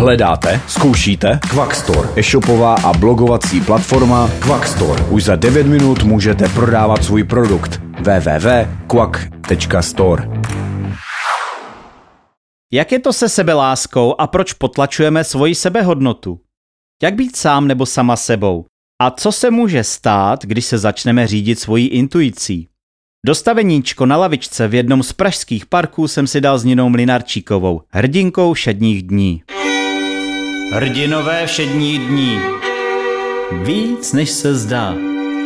Hledáte? Zkoušíte? Quackstore, e-shopová a blogovací platforma Quackstore. Už za 9 minut můžete prodávat svůj produkt. www.quack.store. Jak je to se sebeláskou a proč potlačujeme svoji sebehodnotu? Jak být sám nebo sama sebou? A co se může stát, když se začneme řídit svojí intuicí? Dostaveníčko na lavičce v jednom z pražských parků jsem si dal s Ninou Mlynarčíkovou, hrdinkou všedních dní. Hrdinové všední dní. Víc, než se zdá.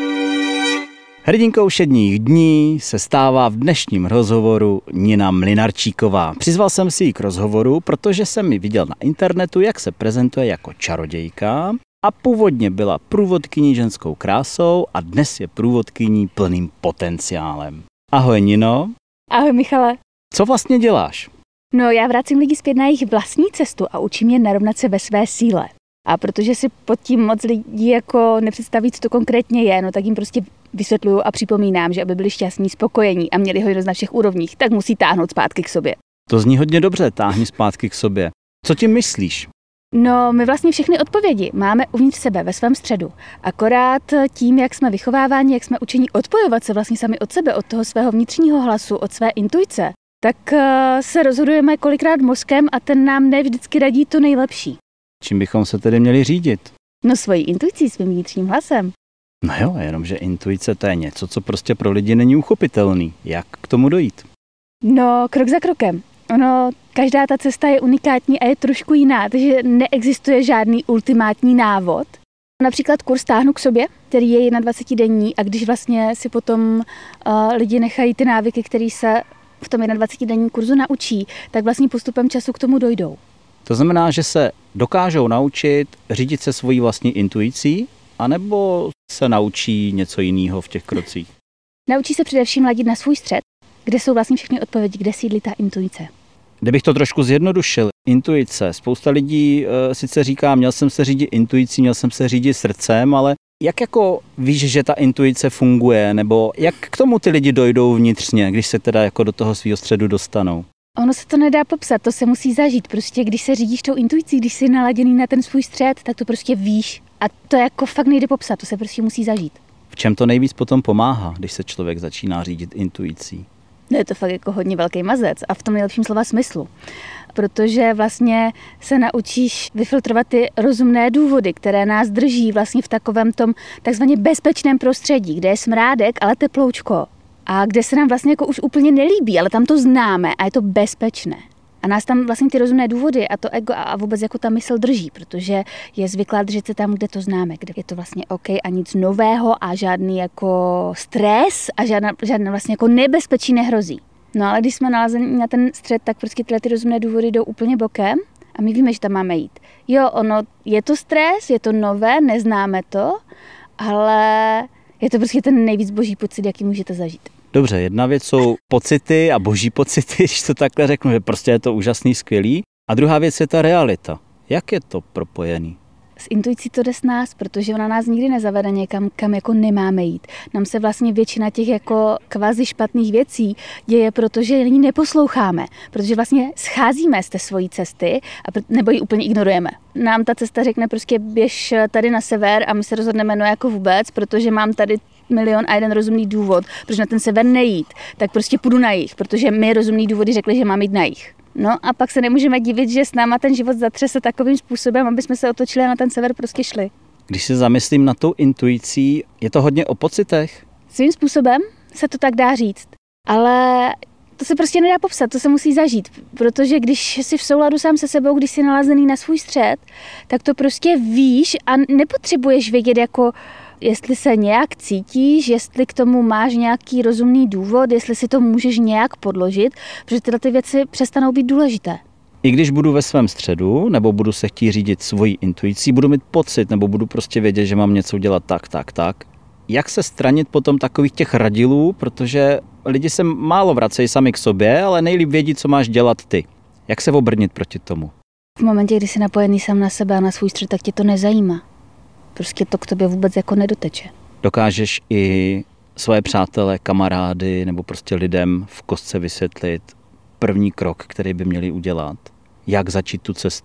Hrdinkou všedních dní se stává v dnešním rozhovoru Nina Mlynarčíková. Přizval jsem si ji k rozhovoru, protože jsem ji viděl na internetu, jak se prezentuje jako čarodějka a původně byla průvodkyní ženskou krásou a dnes je průvodkyní plným potenciálem. Ahoj Nino. Ahoj Michale. Co vlastně děláš? No, já vracím lidi zpět na jejich vlastní cestu a učím je narovnat se ve své síle. A protože si pod tím moc lidí jako nepředstaví, co to konkrétně je, no tak jim prostě vysvětluju a připomínám, že aby byli šťastní, spokojení a měli hojnost na všech úrovních, tak musí táhnout zpátky k sobě. To zní hodně dobře, táhni zpátky k sobě. Co tím myslíš? No, my vlastně všechny odpovědi máme uvnitř sebe, ve svém středu. Akorát tím, jak jsme vychováváni, jak jsme učeni odpojovat se vlastně sami od sebe, od toho svého vnitřního hlasu, od své intuice, tak se rozhodujeme kolikrát mozkem a ten nám ne vždycky radí to nejlepší. Čím bychom se tedy měli řídit? No, svojí intuicí, svým vnitřním hlasem. No jo, jenomže intuice to je něco, co prostě pro lidi není uchopitelný. Jak k tomu dojít? No, krok za krokem. Ono, každá ta cesta je unikátní a je trošku jiná, takže neexistuje žádný ultimátní návod. Například kurz Táhnu k sobě, který je 21denní a když vlastně si potom lidi nechají ty návyky, které se v tom 21denním kurzu naučí, tak vlastně postupem času k tomu dojdou. To znamená, že se dokážou naučit řídit se svojí vlastní intuicí, anebo se naučí něco jiného v těch krocích? Naučí se především ladit na svůj střed, kde jsou vlastně všechny odpovědi, kde sídlí ta intuice. Kdybych to trošku zjednodušil, intuice. Spousta lidí sice říká, měl jsem se řídit intuicí, měl jsem se řídit srdcem, ale jak jako víš, že ta intuice funguje, nebo jak k tomu ty lidi dojdou vnitřně, když se teda jako do toho svého středu dostanou? Ono se to nedá popsat, to se musí zažít. Prostě když se řídíš tou intuicí, když jsi naladěný na ten svůj střed, tak to prostě víš. A to jako fakt nejde popsat, to se prostě musí zažít. V čem to nejvíc potom pomáhá, když se člověk začíná řídit intuicí? No je to fakt jako hodně velký mazec a v tom nejlepším slova smyslu. Protože vlastně se naučíš vyfiltrovat ty rozumné důvody, které nás drží vlastně v takovém tom takzvaně bezpečném prostředí, kde je smrádek, ale teploučko. A kde se nám vlastně jako už úplně nelíbí, ale tam to známe a je to bezpečné. A nás tam vlastně ty rozumné důvody a to ego a vůbec jako ta mysl drží, protože je zvyklá držet se tam, kde to známe, kde je to vlastně OK a nic nového a žádný jako stres a žádné vlastně jako nebezpečí nehrozí. No ale když jsme nalezeni na ten střed, tak prostě tyhle ty rozumné důvody jdou úplně bokem a my víme, že tam máme jít. Jo, ono je to stres, je to nové, neznáme to, ale je to prostě ten nejvíc boží pocit, jaký můžete zažít. Dobře, jedna věc jsou pocity a boží pocity, když to takhle řeknu, že prostě je to úžasný, skvělý. A druhá věc je ta realita. Jak je to propojený? S intuicí to jde s nás, protože ona nás nikdy nezavede někam, kam jako nemáme jít. Nám se vlastně většina těch jako kvazi špatných věcí děje, protože ji neposloucháme, protože vlastně scházíme z té svojí cesty nebo ji úplně ignorujeme. Nám ta cesta řekne prostě běž tady na sever a my se rozhodneme no jako vůbec, protože mám tady 1,000,001 rozumný důvod, proč na ten sever nejít, tak prostě půjdu na jih, protože my rozumný důvody řekli, že mám jít na jih. No a pak se nemůžeme divit, že s náma ten život zatřese takovým způsobem, aby jsme se otočili a na ten sever prostě šli. Když se zamyslím na tou intuicí, je to hodně o pocitech? Svým způsobem se to tak dá říct, ale to se prostě nedá popsat, to se musí zažít, protože když jsi v souladu sám se sebou, když jsi nalazený na svůj střed, tak to prostě víš a nepotřebuješ vědět jako jestli se nějak cítíš, jestli k tomu máš nějaký rozumný důvod, jestli si to můžeš nějak podložit, protože tyhle ty věci přestanou být důležité. I když budu ve svém středu, nebo budu se chtít řídit svojí intuicí, budu mít pocit, nebo budu prostě vědět, že mám něco dělat tak. Jak se stranit potom takových těch radilů, protože lidi se málo vracejí sami k sobě, ale nejlíp vědí, co máš dělat ty. Jak se obrnit proti tomu? V momentě, kdy jsi napojený sám na sebe a na svůj střed, tak tě to nezajímá. Prostě to k tobě vůbec jako nedoteče. Dokážeš i svoje přátele, kamarády nebo prostě lidem v kostce vysvětlit první krok, který by měli udělat? Jak začít tu cestu?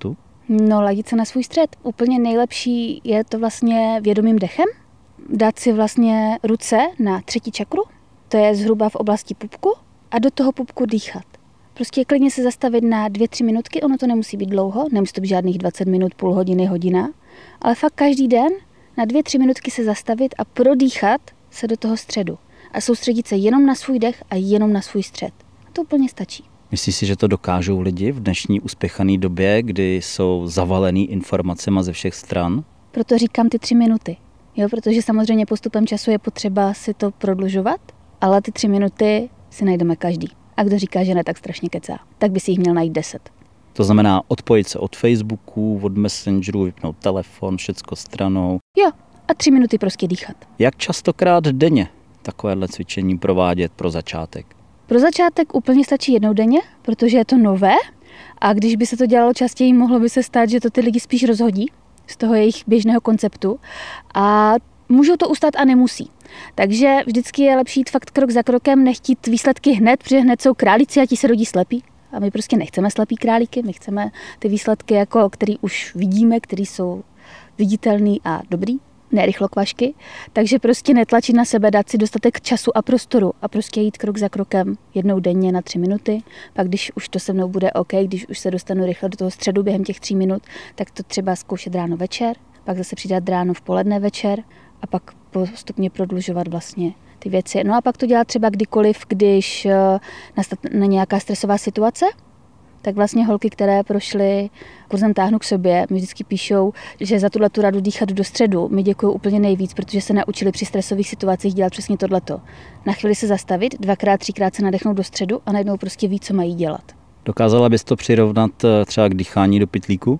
No, ladit se na svůj střed. Úplně nejlepší je to vlastně vědomým dechem. Dát si vlastně ruce na 3. čakru, to je zhruba v oblasti pupku, a do toho pupku dýchat. Prostě klidně se zastavit na 2-3 minutky, ono to nemusí být dlouho, nemusí to být žádných 20 minut, půl hodiny, hodina, ale fakt každý den na 2-3 minutky se zastavit a prodýchat se do toho středu. A soustředit se jenom na svůj dech a jenom na svůj střed. A to úplně stačí. Myslíš si, že to dokážou lidi v dnešní uspěchané době, kdy jsou zavalený informacemi ze všech stran? Proto říkám ty 3 minuty. Jo, protože samozřejmě postupem času je potřeba si to prodlužovat, ale ty 3 minuty si najdeme každý. A kdo říká, že ne, tak strašně kecá. Tak by si jich měl najít 10. To znamená odpojit se od Facebooku, od Messengeru, vypnout telefon, všecko stranou. Jo, a 3 minuty prostě dýchat. Jak častokrát denně takovéhle cvičení provádět pro začátek? Pro začátek úplně stačí jednou denně, protože je to nové a když by se to dělalo častěji, mohlo by se stát, že to ty lidi spíš rozhodí z toho jejich běžného konceptu a můžou to ustát a nemusí. Takže vždycky je lepší jít fakt krok za krokem, nechtít výsledky hned, protože hned jsou králíci a ti se rodí slepí. A my prostě nechceme slepý králíky, my chceme ty výsledky, jako, který už vidíme, který jsou viditelný a dobrý, ne rychlokvašky. Takže prostě netlačit na sebe, dát si dostatek času a prostoru a prostě jít krok za krokem jednou denně na 3 minuty. Pak když už to se mnou bude OK, když už se dostanu rychle do toho středu během těch 3 minut, tak to třeba zkoušet ráno večer, pak zase přidat ráno v poledne večer a pak postupně prodlužovat vlastně ty věci. No a pak to dělat třeba kdykoliv, když nastane nějaká stresová situace, tak vlastně holky, které prošly kurzem Táhnu k sobě, mi vždycky píšou, že za tuhletu radu dýchat do středu mi děkují úplně nejvíc, protože se naučili při stresových situacích dělat přesně tohleto. Na chvíli se zastavit, 2x, 3x se nadechnout do středu a najednou prostě ví, co mají dělat. Dokázala bys to přirovnat třeba k dýchání do pytlíku?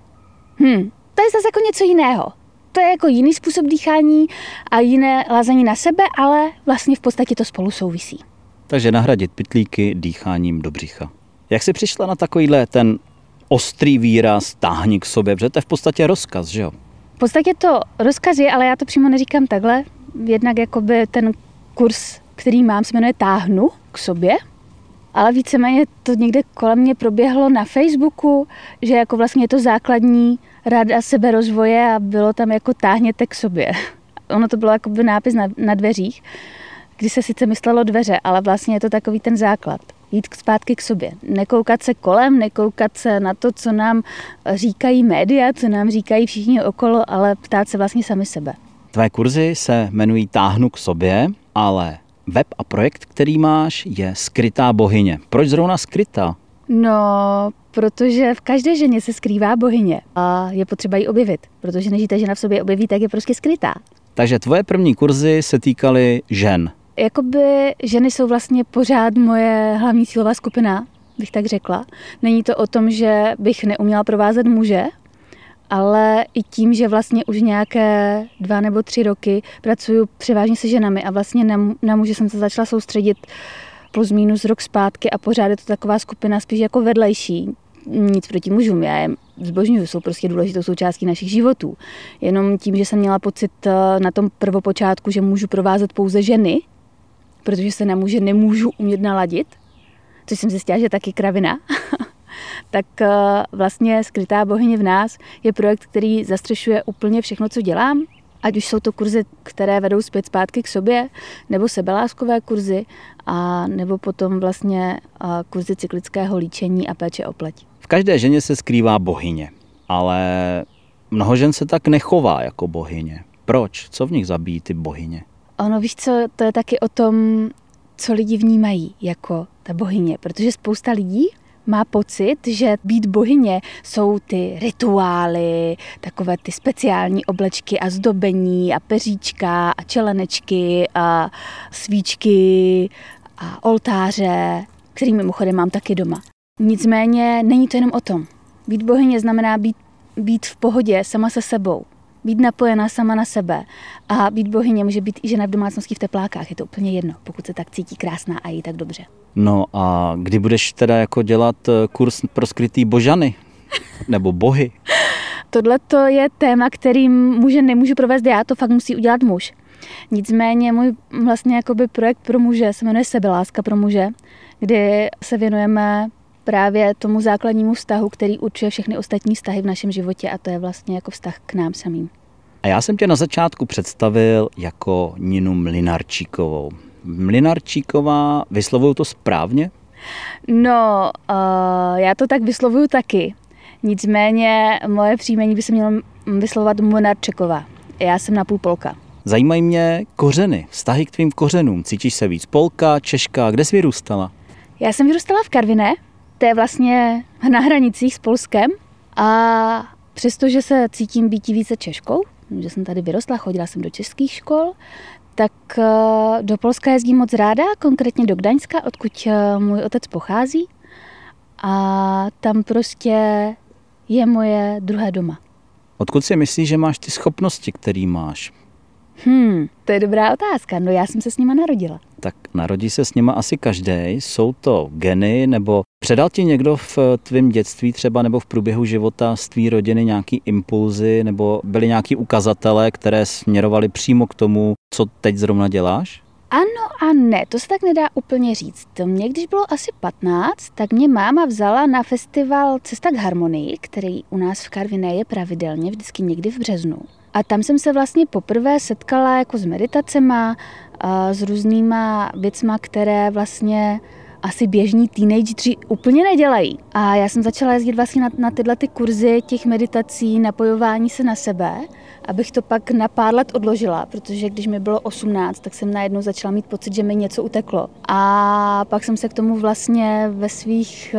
To je zase jako něco jiného. To je jako jiný způsob dýchání a jiné lázení na sebe, ale vlastně v podstatě to spolu souvisí. Takže nahradit pytlíky dýcháním do břicha. Jak jsi přišla na takovýhle ten ostrý výraz táhni k sobě, protože to je v podstatě rozkaz, že jo? V podstatě to rozkaz je, ale já to přímo neříkám takhle. Jednak jakoby ten kurz, který mám, se jmenuje Táhnu k sobě, ale víceméně to někde kolem mě proběhlo na Facebooku, že jako vlastně je to základní rada seberozvoje a bylo tam jako táhněte k sobě. Ono to bylo jakoby nápis na dveřích, kdy se sice myslelo dveře, ale vlastně je to takový ten základ. Jít zpátky k sobě. Nekoukat se kolem, nekoukat se na to, co nám říkají média, co nám říkají všichni okolo, ale ptát se vlastně sami sebe. Tvé kurzy se jmenují Táhnu k sobě, ale web a projekt, který máš, je Skrytá bohyně. Proč zrovna skrytá? No, protože v každé ženě se skrývá bohyně a je potřeba ji objevit, protože než ji ta žena v sobě objeví, tak je prostě skrytá. Takže tvoje první kurzy se týkaly žen. Jakoby ženy jsou vlastně pořád moje hlavní cílová skupina, bych tak řekla. Není to o tom, že bych neuměla provázet muže, ale i tím, že vlastně už nějaké 2 nebo 3 roky pracuju převážně se ženami a vlastně na muže jsem se začala soustředit plus minus rok zpátky a pořád je to taková skupina spíš jako vedlejší. Nic proti mužům, já je zbožňuju, jsou prostě důležitou součástí našich životů. Jenom tím, že jsem měla pocit na tom prvopočátku, že můžu provázet pouze ženy, protože se na muže nemůžu umět naladit, což jsem zjistila, že je taky kravina, tak vlastně Skrytá bohyně v nás je projekt, který zastřešuje úplně všechno, co dělám. Ať už jsou to kurzy, které vedou zpět zpátky k sobě, nebo sebeláskové kurzy, a nebo potom vlastně kurzy cyklického líčení a péče o pleť. V každé ženě se skrývá bohyně, ale mnoho žen se tak nechová jako bohyně. Proč? Co v nich zabíjí ty bohyně? Ono, víš co, to je taky o tom, co lidi vnímají jako ta bohyně, protože spousta lidí má pocit, že být bohyně jsou ty rituály, takové ty speciální oblečky a zdobení a peříčka a čelenečky a svíčky a oltáře, který mimochodem mám taky doma. Nicméně není to jenom o tom. Být bohyně znamená být v pohodě sama se sebou. Být napojená sama na sebe. A být bohyně může být i žena v domácnosti v teplákách. Je to úplně jedno, pokud se tak cítí krásná a jí tak dobře. No a kdy budeš teda jako dělat kurz pro skrytý božany? Nebo bohy? Tohle je téma, kterým muže nemůžu provést já, to fakt musí udělat muž. Nicméně můj vlastně jakoby projekt pro muže se jmenuje Sebeláska pro muže, kdy se věnujeme právě tomu základnímu vztahu, který určuje všechny ostatní vztahy v našem životě, a to je vlastně jako vztah k nám samým. A já jsem tě na začátku představil jako Ninu Mlynarčíkovou. Mlynarčíková, vyslovuju to správně? No, já to tak vyslovuju taky. Nicméně moje příjmení by se mělo vyslovovat Mlynarčíková. Já jsem napůl Polka. Zajímají mě kořeny, vztahy k tvým kořenům. Cítíš se víc Polka, Češka, kde jsi vyrůstala? Já jsem vyrůstala v Karviné, to je vlastně na hranicích s Polskem, a přestože se cítím být více Češkou, že jsem tady vyrostla, chodila jsem do českých škol, tak do Polska jezdím moc ráda, konkrétně do Gdaňska, odkud můj otec pochází, a tam prostě je moje druhé doma. Odkud si myslíš, že máš ty schopnosti, které máš? To je dobrá otázka. No, já jsem se s nima narodila. Tak narodí se s nima asi každej. Jsou to geny, nebo předal ti někdo v tvém dětství třeba nebo v průběhu života z tvý rodiny nějaký impulzy, nebo byly nějaký ukazatele, které směrovaly přímo k tomu, co teď zrovna děláš? Ano a ne, to se tak nedá úplně říct. Mě, když bylo asi 15, tak mě máma vzala na festival Cesta k harmonii, který u nás v Karviné je pravidelně, vždycky někdy v březnu. A tam jsem se vlastně poprvé setkala jako s meditacema, s různýma věcma, které vlastně asi běžní teenageři úplně nedělají. A já jsem začala jezdit vlastně na tyhle ty kurzy těch meditací, napojování se na sebe, abych to pak na pár let odložila, protože když mi bylo 18, tak jsem najednou začala mít pocit, že mi něco uteklo. A pak jsem se k tomu vlastně ve svých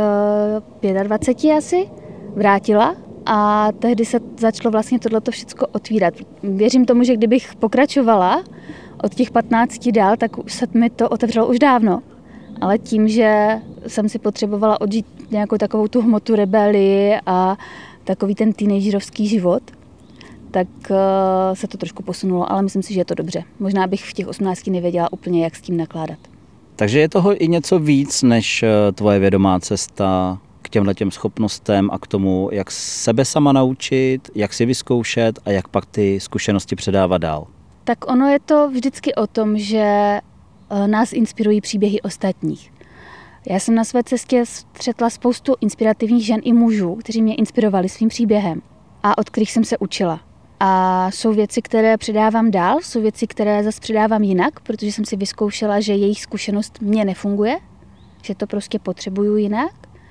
25 asi vrátila. A tehdy se začalo vlastně tohleto všecko otvírat. Věřím tomu, že kdybych pokračovala od těch 15 dál, tak se mi to otevřelo už dávno. Ale tím, že jsem si potřebovala odžít nějakou takovou tu hmotu rebelii a takový ten teenagerovský život, tak se to trošku posunulo, ale myslím si, že je to dobře. Možná bych v těch 18 nevěděla úplně, jak s tím nakládat. Takže je toho i něco víc, než tvoje vědomá cesta k těmhletěm schopnostem a k tomu, jak sebe sama naučit, jak si vyzkoušet a jak pak ty zkušenosti předávat dál. Tak ono je to vždycky o tom, že nás inspirují příběhy ostatních. Já jsem na své cestě střetla spoustu inspirativních žen i mužů, kteří mě inspirovali svým příběhem a od kterých jsem se učila. A jsou věci, které předávám dál, jsou věci, které zase předávám jinak, protože jsem si vyzkoušela, že jejich zkušenost mně nefunguje, že to prostě potřebuju jinak.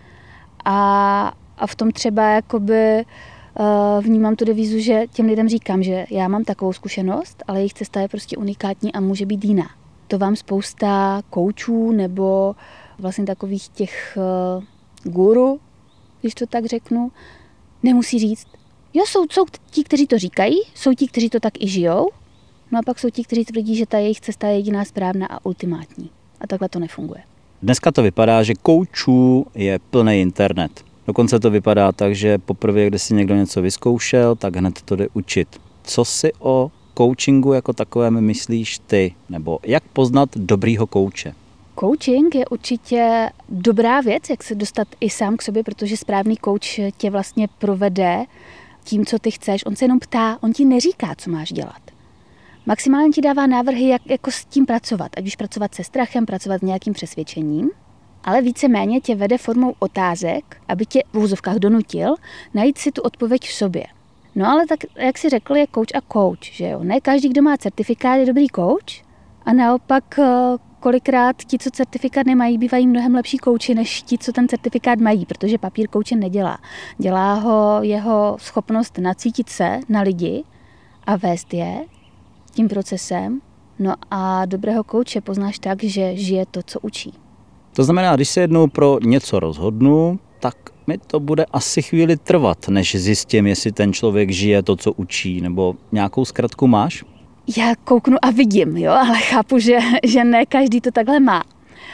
A v tom třeba jakoby vnímám tu devízu, že těm lidem říkám, že já mám takovou zkušenost, ale jejich cesta je prostě unikátní a může být jiná. To vám spousta koučů nebo vlastně takových těch guru, když to tak řeknu, nemusí říct. Jo, jsou ti, kteří to říkají, jsou ti, kteří to tak i žijou, no a pak jsou ti, kteří tvrdí, že ta jejich cesta je jediná správná a ultimátní. A takhle to nefunguje. Dneska to vypadá, že koučů je plný internet. Dokonce to vypadá tak, že poprvé, když si někdo něco vyzkoušel, tak hned to jde učit. Co si o coachingu jako takovém myslíš ty? Nebo jak poznat dobrýho kouče? Coaching je určitě dobrá věc, jak se dostat i sám k sobě, protože správný kouč tě vlastně provede tím, co ty chceš. On se jenom ptá, on ti neříká, co máš dělat. Maximálně ti dává návrhy, jak jako s tím pracovat. Ať už pracovat se strachem, pracovat s nějakým přesvědčením, ale víceméně tě vede formou otázek, aby tě v úzovkách donutil najít si tu odpověď v sobě. No ale tak, jak jsi řekl, je coach a coach, že jo? Ne každý, kdo má certifikát, je dobrý coach a naopak kolikrát ti, co certifikát nemají, bývají mnohem lepší kouči, než ti, co ten certifikát mají, protože papír kouče nedělá. Dělá ho jeho schopnost nacítit se na lidi a vést je tím procesem. No a dobrého kouče poznáš tak, že žije to, co učí. To znamená, když se jednou pro něco rozhodnu, tak mi to bude asi chvíli trvat, než zjistím, jestli ten člověk žije to, co učí, nebo nějakou zkratku máš? Já kouknu a vidím, jo, ale chápu, že ne každý to takhle má.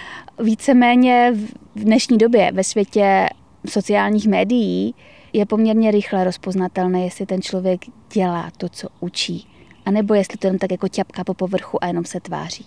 Víceméně v dnešní době ve světě sociálních médií je poměrně rychle rozpoznatelné, jestli ten člověk dělá to, co učí, anebo jestli to jen tak jako ťapka po povrchu a jenom se tváří.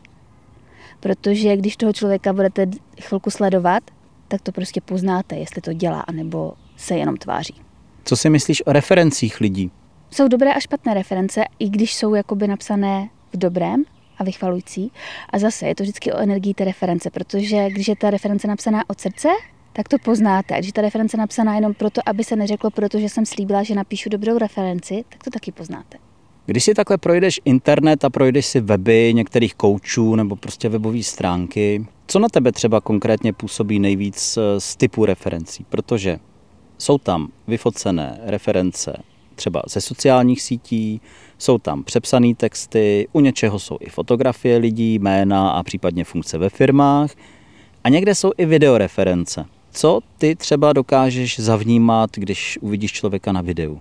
Protože když toho člověka budete chvilku sledovat, tak to prostě poznáte, jestli to dělá, anebo se jenom tváří. Co si myslíš o referencích lidí? Jsou dobré a špatné reference, i když jsou jakoby napsané v dobrém a vychvalující. A zase je to vždycky o energii té reference, protože když je ta reference napsaná od srdce, tak to poznáte. A když ta reference napsaná jenom proto, aby se neřeklo, protože jsem slíbila, že napíšu dobrou referenci, tak to taky poznáte. Když si takhle projdeš internet a projdeš si weby některých koučů nebo prostě webové stránky, co na tebe třeba konkrétně působí nejvíc z typu referencí? Protože jsou tam vyfocené reference třeba ze sociálních sítí, jsou tam přepsané texty, u něčeho jsou i fotografie lidí, jména a případně funkce ve firmách a někde jsou i videoreference. Co ty třeba dokážeš zavnímat, když uvidíš člověka na videu?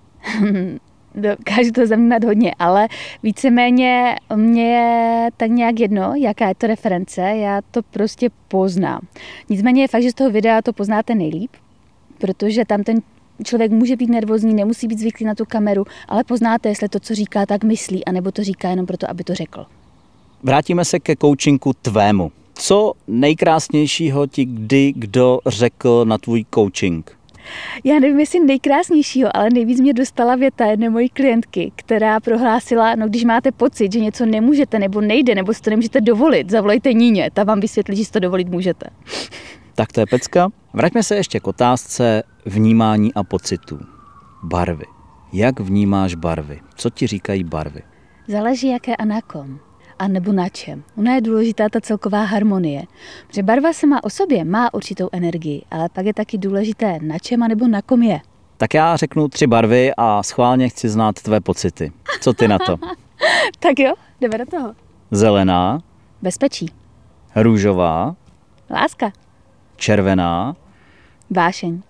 Dokážu to zavnímat hodně, ale víceméně mě je tak nějak jedno, jaká je to reference, já to prostě poznám. Nicméně je fakt, že z toho videa to poznáte nejlíp, protože tam ten člověk může být nervózní, nemusí být zvyklý na tu kameru, ale poznáte, jestli to, co říká, tak myslí, anebo to říká jenom proto, aby to řekl. Vrátíme se ke coachingu tvému. Co nejkrásnějšího ti kdo řekl na tvůj coaching? Já nevím, jestli nejkrásnějšího, ale nejvíc mě dostala věta jedné mojí klientky, která prohlásila, no když máte pocit, že něco nemůžete nebo nejde, nebo si to nemůžete dovolit, zavolejte Níně, ta vám vysvětlí, že si to dovolit můžete. Tak to je pecka. Vraťme se ještě k otázce vnímání a pocitů. Barvy. Jak vnímáš barvy? Co ti říkají barvy? Záleží, jaké a na kom. A nebo na čem. Ona je důležitá ta celková harmonie. Protože barva sama o sobě má určitou energii, ale pak je taky důležité na čem a nebo na kom je. Tak já řeknu 3 barvy a schválně chci znát tvé pocity. Co ty na to? Tak jo, jdeme do toho. Zelená. Bezpečí. Růžová. Láska. Červená. Vášeň.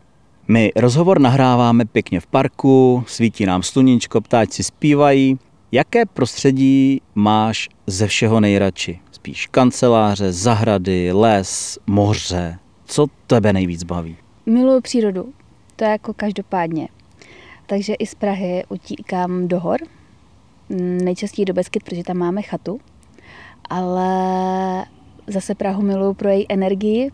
My rozhovor nahráváme pěkně v parku, svítí nám sluníčko, ptáčci zpívají. Jaké prostředí máš ze všeho nejradši? Spíš kanceláře, zahrady, les, moře? Co tebe nejvíc baví? Miluju přírodu, to je jako každopádně. Takže i z Prahy utíkám do hor, nejčastěji do Beskyt, protože tam máme chatu, ale zase Prahu miluju pro její energii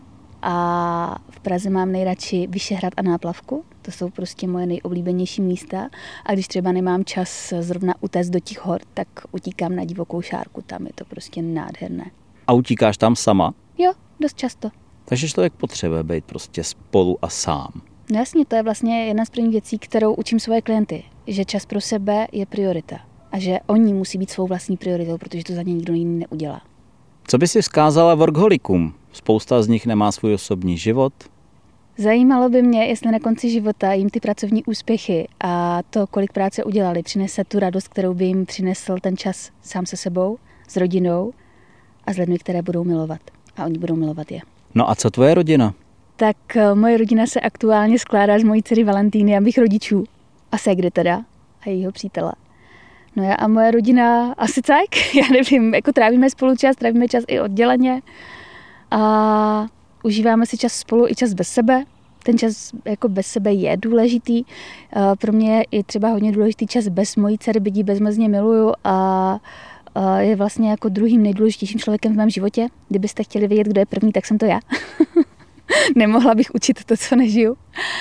a v Praze mám nejradši Vyšehrad a Náplavku. To jsou prostě moje nejoblíbenější místa a když třeba nemám čas zrovna utéct do těch hor, tak utíkám na divokou šárku, tam je to prostě nádherné. A utíkáš tam sama? Jo, dost často. Takže člověk potřebuje být prostě spolu a sám. No jasně, to je vlastně jedna z prvních věcí, kterou učím svoje klienty, že čas pro sebe je priorita a že oni musí být svou vlastní prioritou, protože to za ně nikdo jiný neudělá. Co by si vzkázala workholikům? Spousta z nich nemá svůj osobní život. Zajímalo by mě, jestli na konci života jim ty pracovní úspěchy a to, kolik práce udělali, přinese tu radost, kterou by jim přinesl ten čas sám se sebou, s rodinou a s lidmi, které budou milovat. A oni budou milovat je. No a co tvoje rodina? Tak moje rodina se aktuálně skládá z mojí dcery Valentýny a mých rodičů. A ségry teda. A jejího přítele. No já a moje rodina asi tak. Já nevím, jako trávíme spolu čas, trávíme čas i odděleně. A užíváme si čas spolu i čas bez sebe. Ten čas jako bez sebe je důležitý. Pro mě je i třeba hodně důležitý čas bez mojí dcery, byť ji bezmezně miluju a je vlastně jako druhým nejdůležitějším člověkem v mém životě. Kdybyste chtěli vědět, kdo je první, tak jsem to já. Nemohla bych učit to, co nežiju.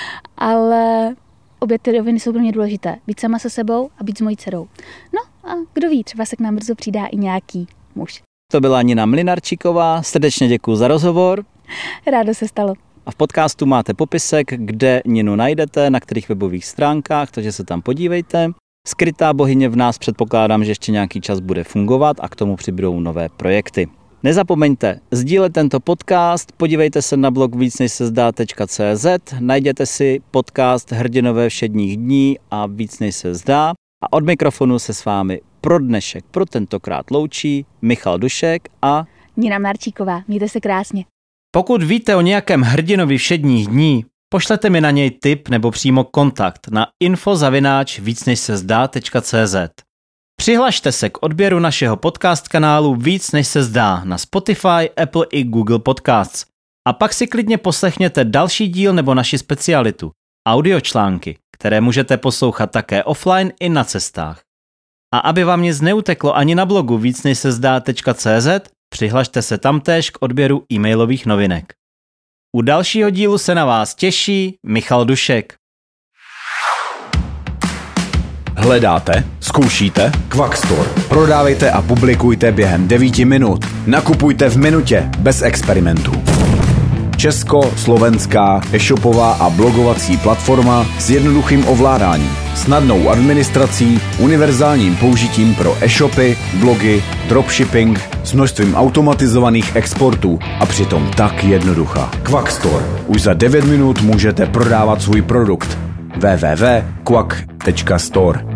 Ale obě ty roviny jsou pro mě důležité. Být sama se sebou a být s mojí dcerou. No a kdo ví, třeba se k nám brzo přidá i nějaký muž. To byla Nina Mlynarčíková, srdečně děkuji za rozhovor. Rádo se stalo. A v podcastu máte popisek, kde Ninu najdete, na kterých webových stránkách, takže se tam podívejte. Skrytá bohyně v nás předpokládám, že ještě nějaký čas bude fungovat a k tomu přibydou nové projekty. Nezapomeňte sdílet tento podcast, podívejte se na blog vícnejsezdá.cz, najděte si podcast Hrdinové všedních dní a Víc než se zdá. A od mikrofonu se s vámi pro dnešek, pro tentokrát loučí Michal Dušek a Nina Mlynarčíková. Mějte se krásně. Pokud víte o nějakém hrdinovi všedních dní, pošlete mi na něj tip nebo přímo kontakt na info@vícnejsezdá.cz. Přihlašte se k odběru našeho podcast kanálu Víc než se zdá na Spotify, Apple i Google Podcasts. A pak si klidně poslechněte další díl nebo naši specialitu, audiočlánky, které můžete poslouchat také offline i na cestách. A aby vám nic neuteklo ani na blogu vícnejsezdá.cz, přihlašte se tamtéž k odběru e-mailových novinek. U dalšího dílu se na vás těší Michal Dušek. Hledáte? Zkoušíte? Quackstore. Prodávejte a publikujte během 9 minut. Nakupujte v minutě, bez experimentů. Česko-slovenská e-shopová a blogovací platforma s jednoduchým ovládáním, snadnou administrací, univerzálním použitím pro e-shopy, blogy, dropshipping, s množstvím automatizovaných exportů a přitom tak jednoduchá. Quackstore. Už za 9 minut můžete prodávat svůj produkt. www.quack.store